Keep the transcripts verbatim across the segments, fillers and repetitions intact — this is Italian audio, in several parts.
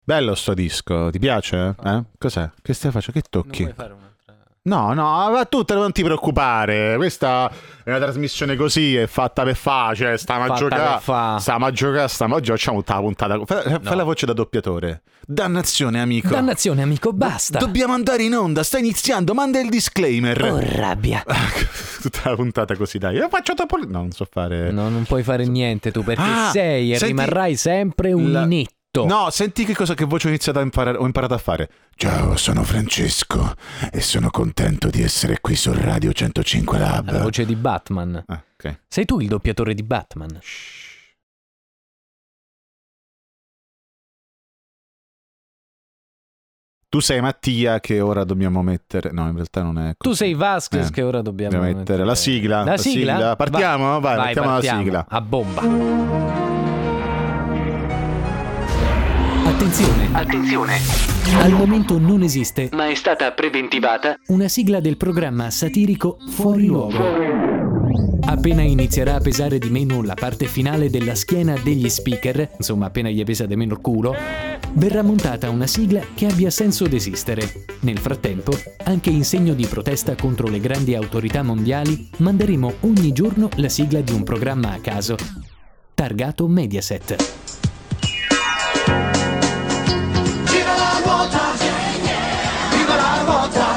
Bello sto disco, ti piace? Eh? Cos'è? Che stai facendo? Che tocchi? Non vuoi fare un'altra? No, no, ma tu te non ti preoccupare. Questa è una trasmissione così, è fatta per fa, cioè stiamo a giocare. fa. Stiamo a giocare, stiamo oggi facciamo tutta la puntata. Fai, No. fai la voce da doppiatore. Dannazione, amico. Dannazione, amico, basta. Dobbiamo andare in onda, sta iniziando, manda il disclaimer. Oh, rabbia. Tutta la puntata così, dai. Io faccio troppo. No, non so fare. No, non puoi fare niente tu, perché Ah, sei e senti, rimarrai sempre un la- inetto. No, senti che cosa che voce ho iniziato a imparare, ho imparato a fare. Ciao, sono Francesco e sono contento di essere qui su Radio centocinque Lab. La voce di Batman. Ah, ok. Sei tu il doppiatore di Batman? Tu sei Mattia che ora dobbiamo mettere. No, in realtà non è così. Tu sei Vasquez Eh, che ora dobbiamo Dobbiamo mettere la sigla. La sigla? Partiamo? Vai, Vai, mettiamo partiamo. la sigla. A bomba. Attenzione, Attenzione, al momento non esiste ma è stata preventivata una sigla del programma satirico Fuori Luogo. Appena inizierà a pesare di meno la parte finale della schiena degli speaker, insomma appena gli pesa di meno il culo, verrà montata una sigla che abbia senso d'esistere. Nel frattempo, anche in segno di protesta contro le grandi autorità mondiali, manderemo ogni giorno la sigla di un programma a caso, targato Mediaset. Viva la ruota, viva la ruota,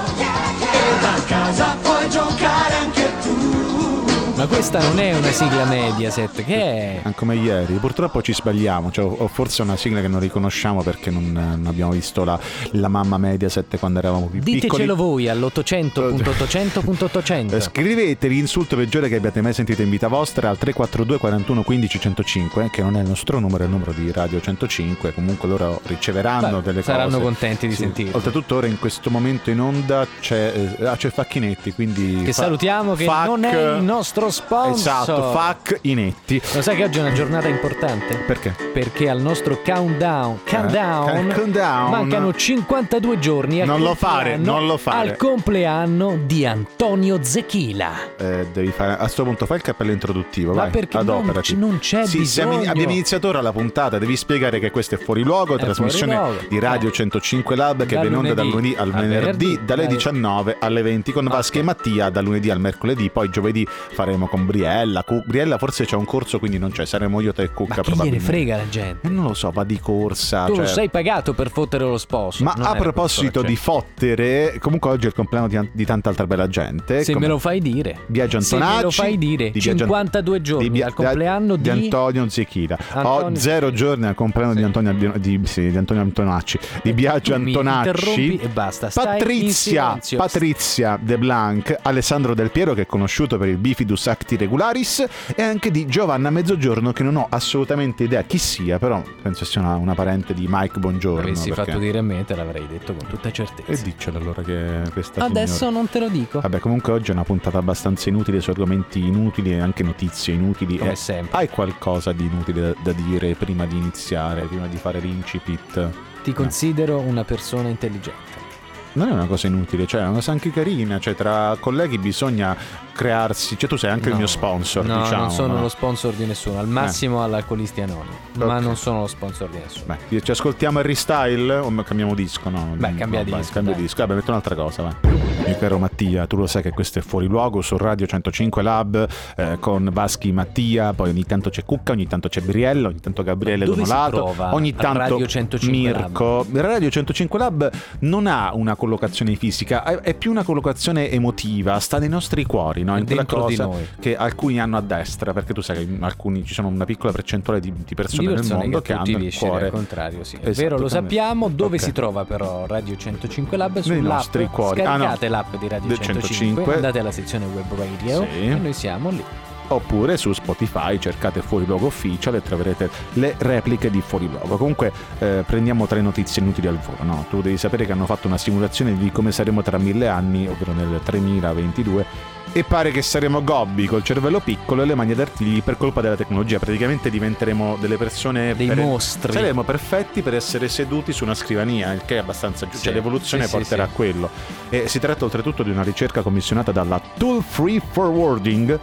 e da casa puoi giocare anche tu. Ma questa non è una sigla Mediaset, che è? Anche come ieri, purtroppo ci sbagliamo, cioè, o forse è una sigla che non riconosciamo perché non, non abbiamo visto la, la mamma Mediaset quando eravamo più piccoli. Ditecelo voi all'ottocento punto ottocento punto ottocento. Eh, Scrivete l'insulto peggiore che abbiate mai sentito in vita vostra al tre quattro due quarantuno quindici centocinque, che non è il nostro numero, è il numero di Radio centocinque. Comunque loro riceveranno Beh, delle saranno cose. contenti di Sì. sentirlo. Oltretutto ora in questo momento in onda c'è, eh, ah, c'è Facchinetti, quindi Che fa- salutiamo, che Fac- non è il nostro sponsor. Esatto, Fac Inetti. Lo sai che oggi è una giornata importante? Perché? Perché al nostro countdown, countdown, Eh, countdown. mancano cinquantadue giorni al Non lo fare, compleanno- non lo fare. al compleanno di Antonio Zechila. Eh, devi fare, a questo punto fai il cappello introduttivo, Ma vai, perché non adoperati. c- non c'è sì, siamo in- bisogno. abbiamo iniziato ora la puntata, devi spiegare che questo è Fuori Luogo, È trasmissione Fuori Luogo. di Radio Eh. centocinque Lab che Dal viene in onda dal lunedì lunedì al al venerdì, venerdì, dalle dai. diciannove alle venti con Vaschi e Mattia, dal lunedì al mercoledì, poi giovedì faremo con Briella, Cu- Briella forse c'è un corso quindi non c'è, saremo io, te e Cucca Ma chi gliene probabilmente. frega la gente? Eh, non lo so, va di corsa. Tu cioè- sei pagato per fottere lo sposo. Ma non a era proposito questo, di cioè. fottere, comunque oggi è il compleanno di, di tanta altra bella gente. Se Com- me lo fai dire. Biagio Se Antonacci, me lo fai dire. di Biagio- cinquantadue giorni Bia- al compleanno di, Antonio Zechila. Ho Antonio- zero giorni al compleanno di Antonio, di, sì, di Antonio Antonacci, di Biagio Tu mi Antonacci. interrompi e basta. Stai in Patrizia, silenzio. Patrizia De Blanc, Alessandro Del Piero che è conosciuto per il Bifidus Acti Regularis e anche di Giovanna Mezzogiorno che non ho assolutamente idea chi sia, però penso sia una, una parente di Mike Bongiorno. Avessi perché- fatto dire a me, te l'avrei detto con tutta certezza. E diccelo allora che questa Adesso signora- non te lo dico. Vabbè, comunque oggi è una puntata abbastanza inutile su argomenti inutili e anche notizie inutili. Come Eh, sempre. Hai qualcosa di inutile da, da dire prima di iniziare, prima di fare l'incipit? Ti considero una persona intelligente. Non è una cosa inutile, cioè è una cosa anche carina, cioè tra colleghi bisogna crearsi, cioè tu sei anche il No. mio sponsor, No, diciamo. non sono no? lo sponsor di nessuno. Al massimo all'Alcolisti Anonimi. Ma Ok. non sono lo sponsor di nessuno. Beh, ci ascoltiamo Harry Style o cambiamo disco? No, Beh, cambia no, vai, disco, cambio dai. disco. Vabbè, metto un'altra cosa, vai. Mio caro Mattia, tu lo sai che questo è Fuori Luogo su Radio centocinque Lab eh, con Vaschi Mattia, poi ogni tanto c'è Cucca, ogni tanto c'è Briella, ogni tanto Gabriele Dove si Donolato, trova ogni tanto Radio centocinque Mirko. Radio centocinque Lab non ha una collocazione fisica, è, è più una collocazione emotiva, sta nei nostri cuori, no? È In quella dentro di cosa noi. che alcuni hanno a destra, perché tu sai che in alcuni ci sono una piccola percentuale di, di persone, Di persone nel mondo che, che, tu ti hanno il riesci cuore. al contrario, sì. È Esatto, vero, lo totalmente. sappiamo. Dove Ok. si trova però Radio centocinque Lab? Nei Sull'app. nostri cuori. Ah, no. Scaricate l'app di Radio Del centocinque, centocinque. andate alla sezione web radio Sì. e noi siamo lì. Oppure su Spotify cercate Fuori Luogo Official e troverete le repliche di Fuori Luogo. Comunque eh, prendiamo tre notizie inutili al volo, no? Tu devi sapere che hanno fatto una simulazione di come saremo tra mille anni, ovvero nel tremilaventidue, e pare che saremo gobbi col cervello piccolo e le mani ad artigli per colpa della tecnologia. Praticamente diventeremo delle persone Dei per- mostri. saremo perfetti per essere seduti su una scrivania, il che è abbastanza giusto. Sì. Cioè, l'evoluzione Sì, sì, porterà sì. a quello. E si tratta oltretutto di una ricerca commissionata dalla Tool Free Forwarding,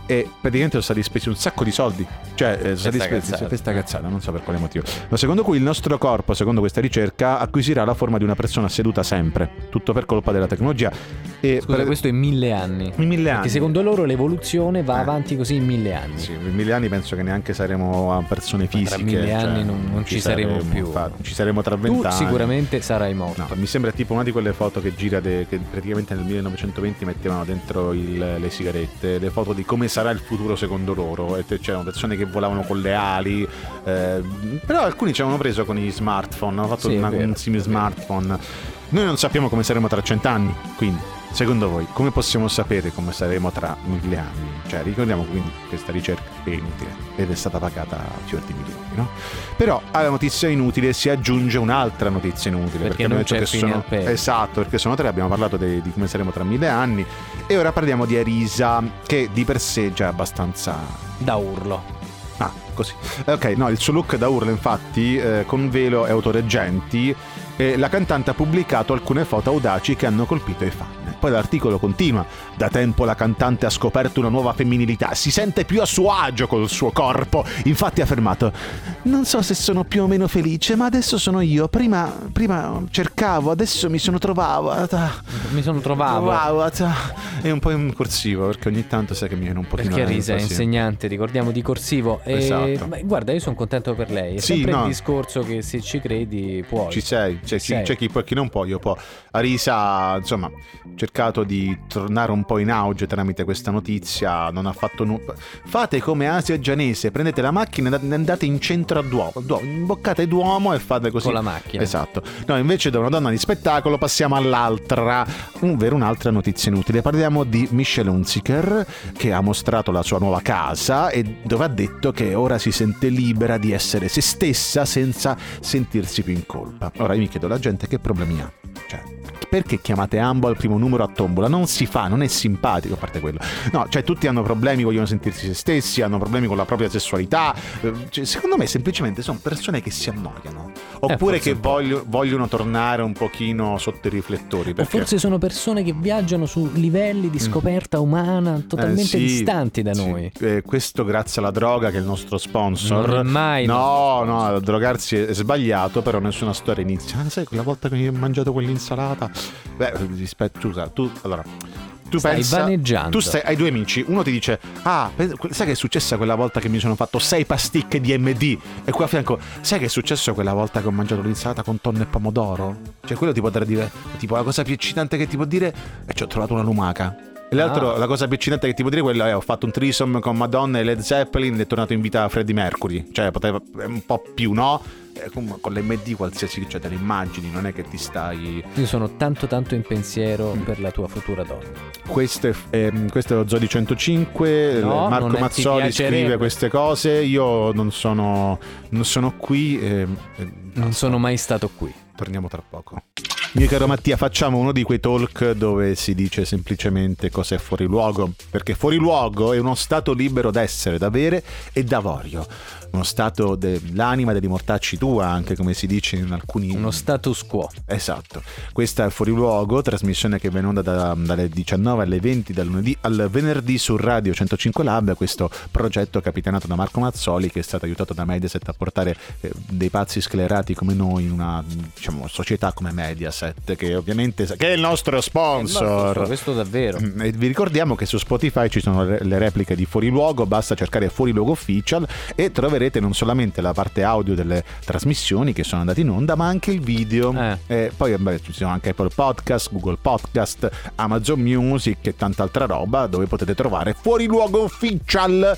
e praticamente sono stati spesi un sacco di soldi, cioè eh, sono stati spesi cazzata. questa cazzata, non so per quale motivo, ma secondo cui il nostro corpo, secondo questa ricerca, acquisirà la forma di una persona seduta sempre, tutto per colpa della tecnologia. E Scusa, per... questo è in mille anni. in mille anni. Perché secondo loro l'evoluzione va Eh. avanti così in mille anni. Sì, in mille anni penso che neanche saremo a persone fisiche. tra mille cioè, anni non- non ci saremo più. infatti, ci saremo tra Tu vent'anni. sicuramente sarai morto. No, mi sembra tipo una di quelle foto che gira de- che praticamente nel millenovecentoventi mettevano dentro il- le sigarette, le foto di come sarà il futuro secondo loro, e te- c'erano persone che volavano con le ali, eh, però alcuni ci avevano preso con i smartphone, hanno fatto Sì, è una, vero, un simile è vero. smartphone. Noi non sappiamo come saremo tra cent'anni, quindi secondo voi come possiamo sapere come saremo tra mille anni? Cioè, ricordiamo quindi che questa ricerca è inutile ed è stata pagata a fior di milioni, no? Però alla notizia inutile si aggiunge un'altra notizia inutile, Perché abbiamo non detto c'è che fine sono al peggio. esatto, perché sono tre, abbiamo parlato de- di come saremo tra mille anni e ora parliamo di Arisa, che di per sé già è abbastanza Da urlo. ah, così. Ok, no, il suo look da urlo, infatti, eh, con velo e autoreggenti, eh, la cantante ha pubblicato alcune foto audaci che hanno colpito i fan. Poi l'articolo continua: da tempo la cantante ha scoperto una nuova femminilità, si sente più a suo agio col suo corpo. Infatti ha affermato: non so se sono più o meno felice, ma adesso sono io. Prima, prima cercavo, adesso mi sono trovata. Mi sono trovato. Trovata. È un po' in corsivo, perché ogni tanto sai che mi viene un pochino Perché Arisa è l'enfasi. insegnante, ricordiamo, di corsivo. E... Esatto. ma guarda, io sono contento per lei. È Sì, sempre no. il discorso che se ci credi puoi. Ci sei, c'è, Ci chi, sei. c'è chi può e chi non può, io può. Arisa, insomma, ha cercato di tornare un po' in auge tramite questa notizia, non ha fatto nulla. Fate come Asia Gianese, prendete la macchina e andate in centro a Duomo, Duomo, imboccate Duomo e fate così. Con la macchina. Esatto. No, invece da una donna di spettacolo passiamo all'altra, ovvero un'altra notizia inutile. Parliamo di Michelle Hunziker, che ha mostrato la sua nuova casa e dove ha detto che ora si sente libera di essere se stessa senza sentirsi più in colpa. Ora io mi chiedo, la gente che problemi ha? Cioè, perché chiamate Ambo al primo numero a tombola? Non si fa, non è simpatico, a parte quello. No, cioè tutti hanno problemi, vogliono sentirsi se stessi, hanno problemi con la propria sessualità. Eh, cioè, secondo me semplicemente sono persone che si annoiano. Oppure forse che un po'. voglio- vogliono tornare un pochino sotto i riflettori. O Perché... forse sono persone che viaggiano su livelli di scoperta umana totalmente Eh, sì, distanti da sì. noi. Eh, questo grazie alla droga, che è il nostro sponsor. Non è mai il No, nostro no, sponsor. drogarsi è sbagliato, però nessuna storia inizia. Ah, sai quella volta che mi hai mangiato quell'insalata? Beh, rispetto, scusa, tu allora tu Stai pensa, vaneggiando. tu stai, hai due amici, uno ti dice: ah, pe- sai che è successa quella volta che mi sono fatto sei pasticche di M D? E qua a fianco: sai che è successo quella volta che ho mangiato l'insalata con tonno e pomodoro? Cioè quello ti potrà dire, tipo, la cosa più eccitante che ti può dire è: ci ho trovato una lumaca. E l'altro, Ah. la cosa più eccitante che ti può dire quello è: ho fatto un threesome con Madonna e Led Zeppelin ed è tornato in vita Freddie Mercury. Cioè poteva è un po' più, no? Eh, comunque con l'M D qualsiasi, cioè te le immagini, non è che ti stai... Io sono tanto tanto in pensiero per la tua futura donna. Questo è, ehm, questo è lo Zodi centocinque. No, Marco non è- ti Mazzoli piacerebbe. scrive queste cose. Io non sono, non sono qui. ehm, eh, Non sono mai stato qui. torniamo tra poco. Mio caro Mattia, facciamo uno di quei talk dove si dice semplicemente cos'è fuori luogo, perché fuori luogo è uno stato libero d'essere, d'avere e d'avorio. Uno stato dell'anima, degli mortacci tua, anche come si dice in alcuni... Uno status quo. Esatto, questa è Fuori Luogo, trasmissione che va in onda da- dalle diciannove alle venti, dal lunedì al venerdì su Radio centocinque Lab, questo progetto capitanato da Marco Mazzoli, che è stato aiutato da Mediaset a portare eh, dei pazzi sclerati come noi in una, diciamo, società come Mediaset, che ovviamente che è il nostro sponsor. Questo davvero. E vi ricordiamo che su Spotify ci sono le le repliche di Fuori Luogo, basta cercare Fuori Luogo Official e troverete non solamente la parte audio delle trasmissioni che sono andate in onda, ma anche il video. Eh. E poi beh, ci sono anche Apple Podcast, Google Podcast, Amazon Music e tanta altra roba dove potete trovare Fuori Luogo Official.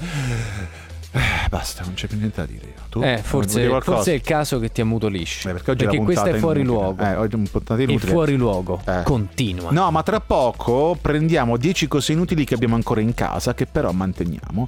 Eh, basta, non c'è più niente da dire. Io. Tu? Eh, Vuoi forse, dire qualcosa? forse è il caso che ti ammutolisci. Eh, perché oggi perché la questo puntata è fuori inutile. luogo. Eh, oggi è un puntata Il inutile. fuori luogo Eh. continua. No, ma tra poco prendiamo dieci cose inutili che abbiamo ancora in casa, che però manteniamo.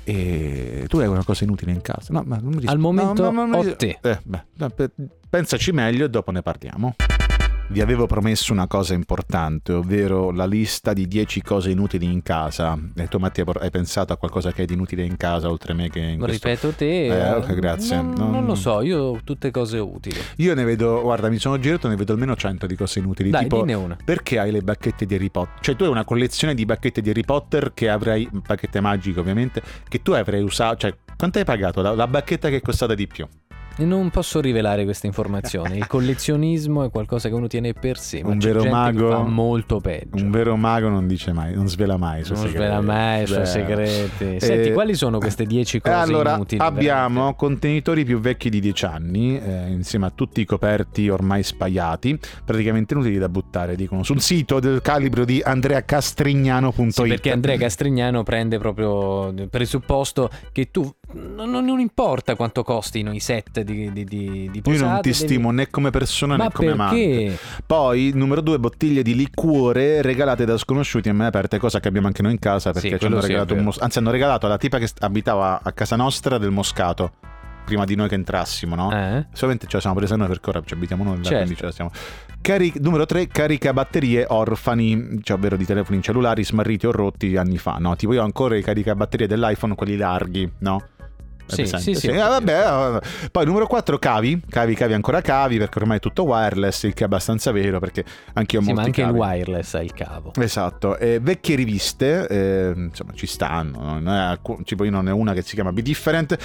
E tu hai una cosa inutile in casa? No, ma non mi ris- Al momento no, ma- ma- ho ma- te. Eh, beh, no, pe- pensaci meglio e dopo ne parliamo. vi avevo promesso una cosa importante, ovvero la lista di dieci cose inutili in casa. E tu, Mattia, hai pensato a qualcosa che è di inutile in casa, oltre me che in Lo questo... ripeto te. Eh, ok, grazie. Non, Non- non lo so, io ho tutte cose utili. Io ne vedo, guarda, mi sono girato, ne vedo almeno cento di cose inutili. Dai, tipo, dinne una. perché hai le bacchette di Harry Potter? Cioè, tu hai una collezione di bacchette di Harry Potter che avrai, bacchette magiche ovviamente, che tu avrai usato. Cioè, quanto hai pagato? La, la bacchetta che è costata di più? Non posso rivelare queste informazioni. Il collezionismo è qualcosa che uno tiene per sé, ma Un c'è vero gente mago- che fa molto peggio. Un vero mago non dice mai, non svela mai i suoi Non segreti. svela mai i suoi Beh. segreti. Senti, Eh, quali sono queste dieci cose allora, inutili? abbiamo veramente? contenitori più vecchi di dieci anni, eh, insieme a tutti i coperti ormai spaiati, praticamente inutili da buttare, dicono, sul sito del calibro di andrea castrignano punto it. Sì, perché Andrea Castrignano prende proprio il presupposto che tu non, non importa quanto costino i set di, di, di, di posate. Io non ti devi- stimo né come persona Ma né come amante. perché? Poi, numero due, bottiglie di liquore regalate da sconosciuti a me aperte, cosa che abbiamo anche noi in casa, perché Sì, ci quello hanno sì, è regalato un vero. mos- anzi hanno regalato alla tipa che st- abitava a casa nostra del Moscato prima di noi che entrassimo, no? Eh? Solamente ce la siamo presa noi perché ora ci abitiamo noi, là, Certo. quindi ce la siamo. Cari- numero tre, carica batterie orfani, cioè ovvero di telefoni cellulari smarriti o rotti anni fa, no? Tipo io ho ancora i caricabatterie dell'iPhone, quelli larghi, no? È Sì, presente? sì, sì, Eh, ho vabbè, vabbè. Poi numero quattro, cavi, cavi, cavi ancora cavi, perché ormai è tutto wireless, il che è abbastanza vero, perché anche io ho Sì, ma molti anche il cavi. wireless ha il cavo. Esatto, e vecchie riviste, eh, insomma ci stanno, no? Non è alcu- tipo io non è una che si chiama Be Different.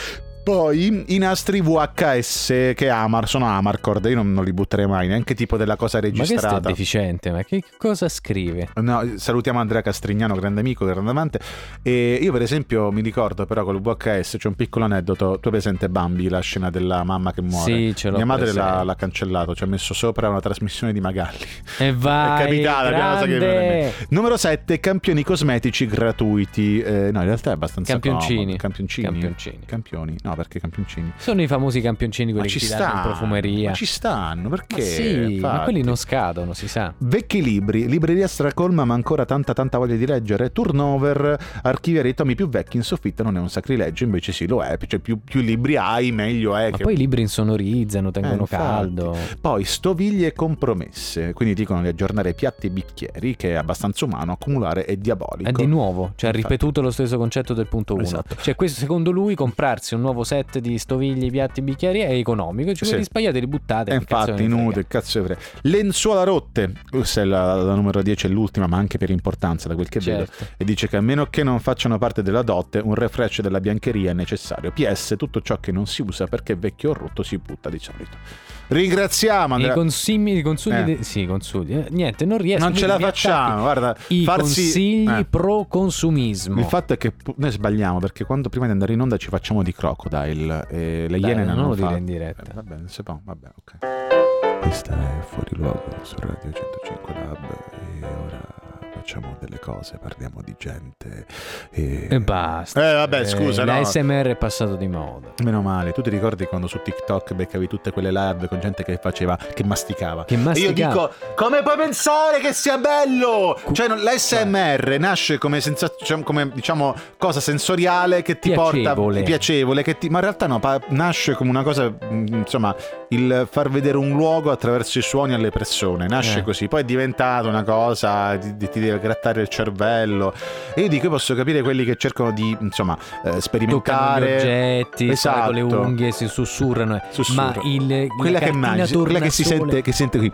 Poi i nastri V H S che Amar, sono Amarcord, io non, non li butterei mai, neanche tipo della cosa Ma questo è registrata. deficiente, ma che cosa scrive? No, salutiamo Andrea Castrignano, grande amico, grande amante. E io per esempio mi ricordo però con il V H S c'è un piccolo aneddoto. Tu hai presente Bambi, la scena della mamma che muore? Sì, ce l'ho Mia madre presente. l'ha, l'ha cancellato, ci ha messo sopra una trasmissione di Magalli. E vai, È capitata, è una cosa che mi viene in grande! mente. Numero sette, campioni cosmetici gratuiti. Eh, no, in realtà è abbastanza Campioncini. comodo. Campioncini. Campioncini. Campioni. No, perché campioncini? Sono i famosi campioncini, quelli Ma che ci ti danno in stanno, profumeria. ma ci stanno, perché? Ma sì, ma Infatti. quelli non scadono, si sa. Vecchi libri, libreria stracolma ma ancora tanta tanta voglia di leggere. Turnover, archiviare i tomi più vecchi in soffitta non è un sacrilegio, invece sì lo è, cioè più, più libri hai meglio è. Ma che... poi i libri insonorizzano, tengono Eh, infatti. caldo. Poi stoviglie compromesse, quindi dicono di aggiornare piatti e bicchieri, che è abbastanza umano, accumulare è diabolico. È di nuovo, cioè ha Infatti. ripetuto lo stesso concetto del punto uno. Esatto. Cioè questo secondo lui comprarsi un nuovo set di stoviglie, piatti, bicchieri è economico, cioè Sì. li spagliate, li buttate. E che cazzo infatti ne frega. inutile, cazzo di frega. Lenzuola rotte, questa è la, la numero dieci, è l'ultima, ma anche per importanza da quel che vedo. Certo. E dice che a meno che non facciano parte della dote, un refresh della biancheria è necessario. P S, tutto ciò che non si usa perché è vecchio o rotto si butta di solito. Ringraziamo I Andrea. consigli, i consigli Eh. de- sì, consigli. Eh, niente, non riesco. Non ce la mi attacchi. facciamo, guarda. I farsi... consigli eh. pro consumismo. Il fatto è che pu- noi sbagliamo perché quando prima di andare in onda ci facciamo di Crocodile e le Dai, iene non hanno lo dire fatto. in diretta. Eh, va bene, se può, va bene, ok. Questa è Fuori Luogo su Radio centocinque Lab e ora facciamo delle cose, parliamo di gente e... E basta. Eh, vabbè, scusa, no. L'A S M R è passato di moda. Meno male, tu ti ricordi quando su TikTok beccavi tutte quelle live con gente che faceva, che masticava? Che E io masticava. dico, come puoi pensare che sia bello? Cioè, non- l'A S M R nasce come, senza, cioè, come diciamo, cosa sensoriale che ti Piacevole. porta piacevole, che ti, ma in realtà no, pa- nasce come una cosa, mh, insomma, il far vedere un luogo attraverso i suoni alle persone. Nasce Eh. così, poi è diventata una cosa, ti, ti deve grattare il cervello. E io dico, io posso capire quelli che cercano di, insomma, eh, Toccano gli sperimentare. oggetti, Esatto. sai, con le unghie si sussurrano. eh. Sussurro. Ma il, Quella la che cartina mangi, quella che si tornasole- sente, che sente qui.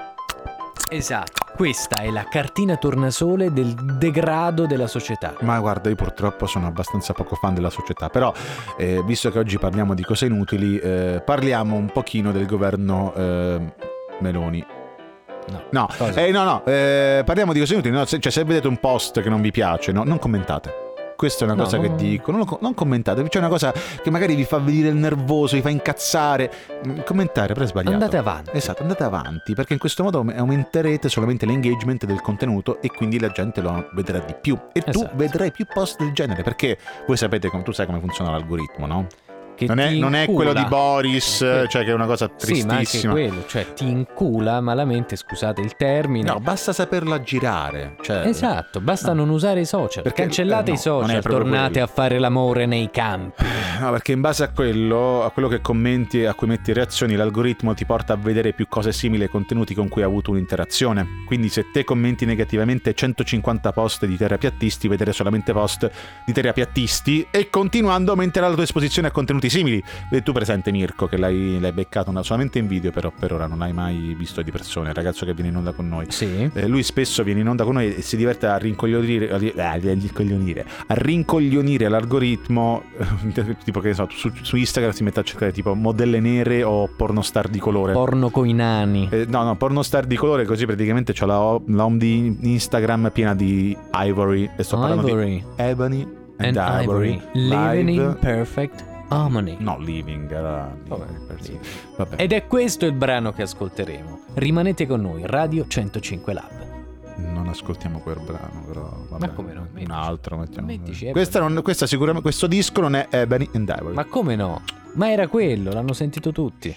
Esatto. Questa è la cartina tornasole del degrado della società. Ma guarda, io purtroppo sono abbastanza poco fan della società, però eh, visto che oggi parliamo di cose inutili, eh, parliamo un pochino del governo eh, Meloni. No. No, Cosa? eh, no, no, eh, parliamo di cose inutili, no? Se, cioè se vedete un post che non vi piace, no, non commentate. Questa è una No, cosa che non- dico, non, lo- non commentate, c'è una cosa che magari vi fa venire il nervoso, vi fa incazzare. Mm, Commentare, però è sbagliato. Andate avanti. Esatto, andate avanti, perché in questo modo aumenterete solamente l'engagement del contenuto e quindi la gente lo vedrà di più. E tu Esatto. vedrai più post del genere, perché voi sapete, come tu sai come funziona l'algoritmo, no? che non è, ti non è quello incula. di Boris, Que- cioè che è una cosa Sì, ma anche tristissima. quello, cioè ti incula malamente, scusate il termine. No, basta saperla girare. Cioè, Esatto, basta no. non usare i social. Perché- Cancellate eh, no, i social, non è proprio tornate quello. a fare l'amore nei campi. No, perché in base a quello, a quello che commenti e a cui metti reazioni, l'algoritmo ti porta a vedere più cose simili ai contenuti con cui hai avuto un'interazione. Quindi se te commenti negativamente centocinquanta post di terapiattisti, vedere solamente post di terapiattisti, e continuando aumenterà la tua esposizione a contenuti simili. Vedi, tu presente Mirko, che l'hai, l'hai beccato una, solamente in video, però per ora non l'hai mai visto di persona, il ragazzo che viene in onda con noi. Sì. Eh, lui spesso viene in onda con noi e si diverte a rincoglionire, a, ri- eh, a rincoglionire, a rincoglionire l'algoritmo, eh, tipo che ne so, su, su Instagram si mette a cercare tipo modelle nere o pornostar di colore. Porno coi nani. Eh, no, no, pornostar di colore, così praticamente c'ho la, ho- la home di Instagram piena di Ivory, e sto parlando Ivory di Ebony and and, Ivory, living live. in perfect harmony. No, living, era Vabbè, living. Vabbè. Ed è questo il brano che ascolteremo. Rimanete con noi, Radio centocinque Lab. Non ascoltiamo quel brano, però vabbè. Ma come no? Un Mettici. altro mettiamo. Mettici Questa, non, questa sicuramente, questo disco non è Ebony and Ivory. Ma come no? Ma era quello, l'hanno sentito tutti.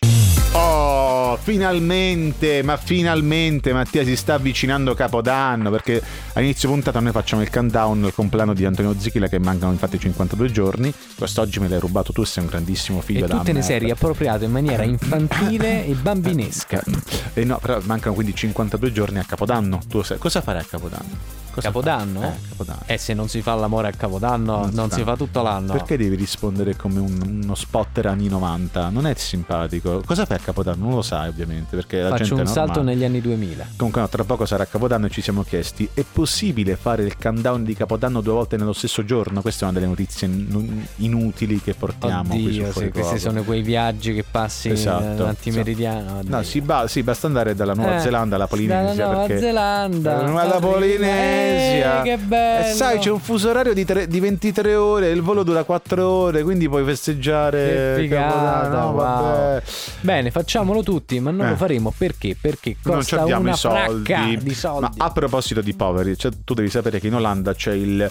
Oh, finalmente, ma finalmente Mattia si sta avvicinando Capodanno, perché a inizio puntata noi facciamo il countdown al compleanno di Antonio Zichila, che mancano infatti cinquantadue giorni. Quest'oggi me l'hai rubato tu, sei un grandissimo figlio E da tu te ne merda. sei riappropriato in maniera infantile e bambinesca. E no, però mancano quindi cinquantadue giorni a Capodanno. Tu sai, cosa farai a Capodanno? Cosa Capodanno? fai? Eh, Capodanno. E se non si fa l'amore a Capodanno, non, si fa tutto l'anno. Perché devi rispondere come un- uno spotter anni novanta? Non è simpatico. Cosa fai a Capodanno? Non lo sai ovviamente, perché la Faccio gente un è salto normale. negli anni duemila. Comunque no, tra poco sarà Capodanno e ci siamo chiesti: è possibile fare il countdown di Capodanno due volte nello stesso giorno? Questa è una delle notizie n- inutili che portiamo qui su Oddio, Fuori sì, questi Luogo. sono quei viaggi che passi Esatto, l'antimeridiano. No, si ba- sì, basta andare dalla Nuova Eh, Zelanda alla Polinesia. dalla Nuova perché Zelanda, alla Polinesia. Eh, che bello. E sai, c'è un fuso orario di, tre- di ventitré ore, il volo dura quattro ore, quindi puoi festeggiare Che figata, Capodanno, no, wow. vabbè. Bene, facciamo tutti, ma non Eh. lo faremo perché? Perché Non costa ci abbiamo una i soldi. fracca di soldi. Ma a proposito di poveri, cioè, tu devi sapere che in Olanda c'è il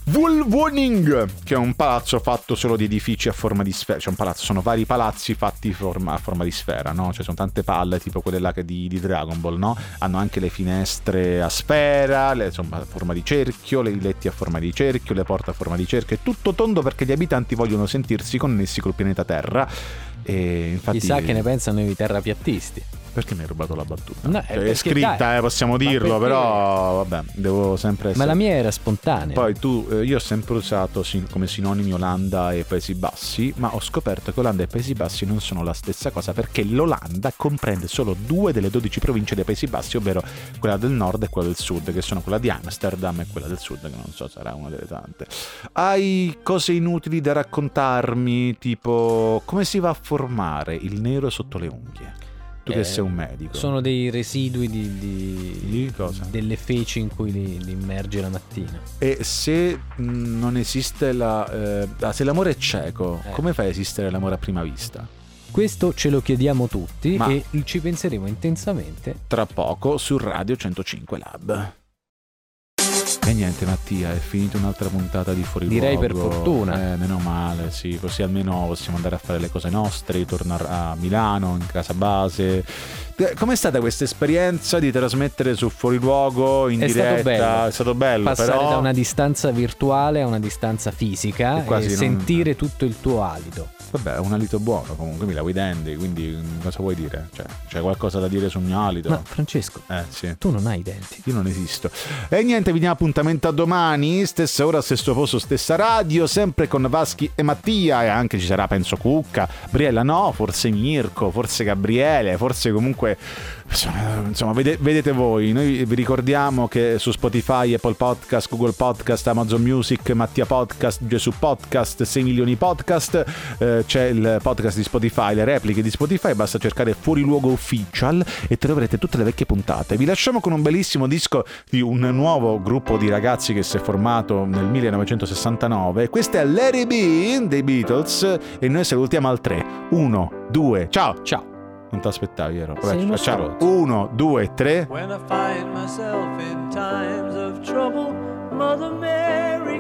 Woning, che è un palazzo fatto solo di edifici a forma di sfera. C'è un palazzo, sono vari palazzi fatti forma, a forma di sfera, no? Cioè sono tante palle, tipo quelle là che di, di Dragon Ball, no? Hanno anche le finestre a sfera, le, insomma a forma di cerchio, le letti a forma di cerchio, le porte a forma di cerchio. È tutto tondo perché gli abitanti vogliono sentirsi connessi col pianeta Terra. E infatti, Chissà che ne pensano i terrapiattisti. perché mi hai rubato la battuta? No, Cioè, perché, è scritta, dai, eh, possiamo ma dirlo, perché? però vabbè, devo sempre essere... Ma la mia era spontanea. Poi tu, eh, io ho sempre usato sin- come sinonimi Olanda e Paesi Bassi, ma ho scoperto che Olanda e Paesi Bassi non sono la stessa cosa, perché l'Olanda comprende solo due delle dodici province dei Paesi Bassi, ovvero quella del nord e quella del sud, che sono quella di Amsterdam e quella del sud, che non so, sarà una delle tante. Hai cose inutili da raccontarmi, tipo come si va a formare il nero sotto le unghie? Tu che Eh, sei un medico. Sono dei residui di, di- Di cosa? delle feci in cui li, li immergi la mattina. E se mh, non esiste la... eh, ah, se l'amore è cieco, Eh. come fai a esistere l'amore a prima vista? Questo ce lo chiediamo tutti Ma- e ci penseremo intensamente. Tra poco su Radio centocinque Lab. E niente Mattia, è finita un'altra puntata di Fuori Direi Luogo. per fortuna. Eh, meno male, sì, così almeno possiamo andare a fare le cose nostre, tornare a Milano, in casa base. Eh, Com'è stata questa esperienza di trasmettere su Fuori Luogo in È stato diretta? bello. È stato bello, Passare però... da una distanza virtuale a una distanza fisica E e, quasi non- sentire tutto il tuo alito. Vabbè, è un alito buono comunque, mi la vuoi denti, quindi mm, cosa vuoi dire? Cioè, c'è qualcosa da dire sul mio alito? Ma Francesco, Eh, sì. tu non hai i denti. Io non esisto. E niente, vi diamo appuntamento a domani, stessa ora, stesso posto, stessa radio, sempre con Vaschi e Mattia, e anche ci sarà, penso, Cucca, Briella no, forse Mirko, forse Gabriele, forse comunque... Insomma, vede- vedete voi. Noi vi ricordiamo che su Spotify, Apple Podcast, Google Podcast, Amazon Music, Mattia Podcast, Gesù Podcast, sei milioni podcast, eh, c'è il podcast di Spotify, le repliche di Spotify, basta cercare Fuori Luogo Official e troverete tutte le vecchie puntate. Vi lasciamo con un bellissimo disco di un nuovo gruppo di ragazzi che si è formato nel millenovecentosessantanove. Questo è Let It Be dei Beatles e noi salutiamo al tre. uno, due, ciao! Ciao. Non ti aspettavi, vero? Sei uno Ciao. stronzo. uno, due, tre. When I find myself in times of trouble, Mother Mary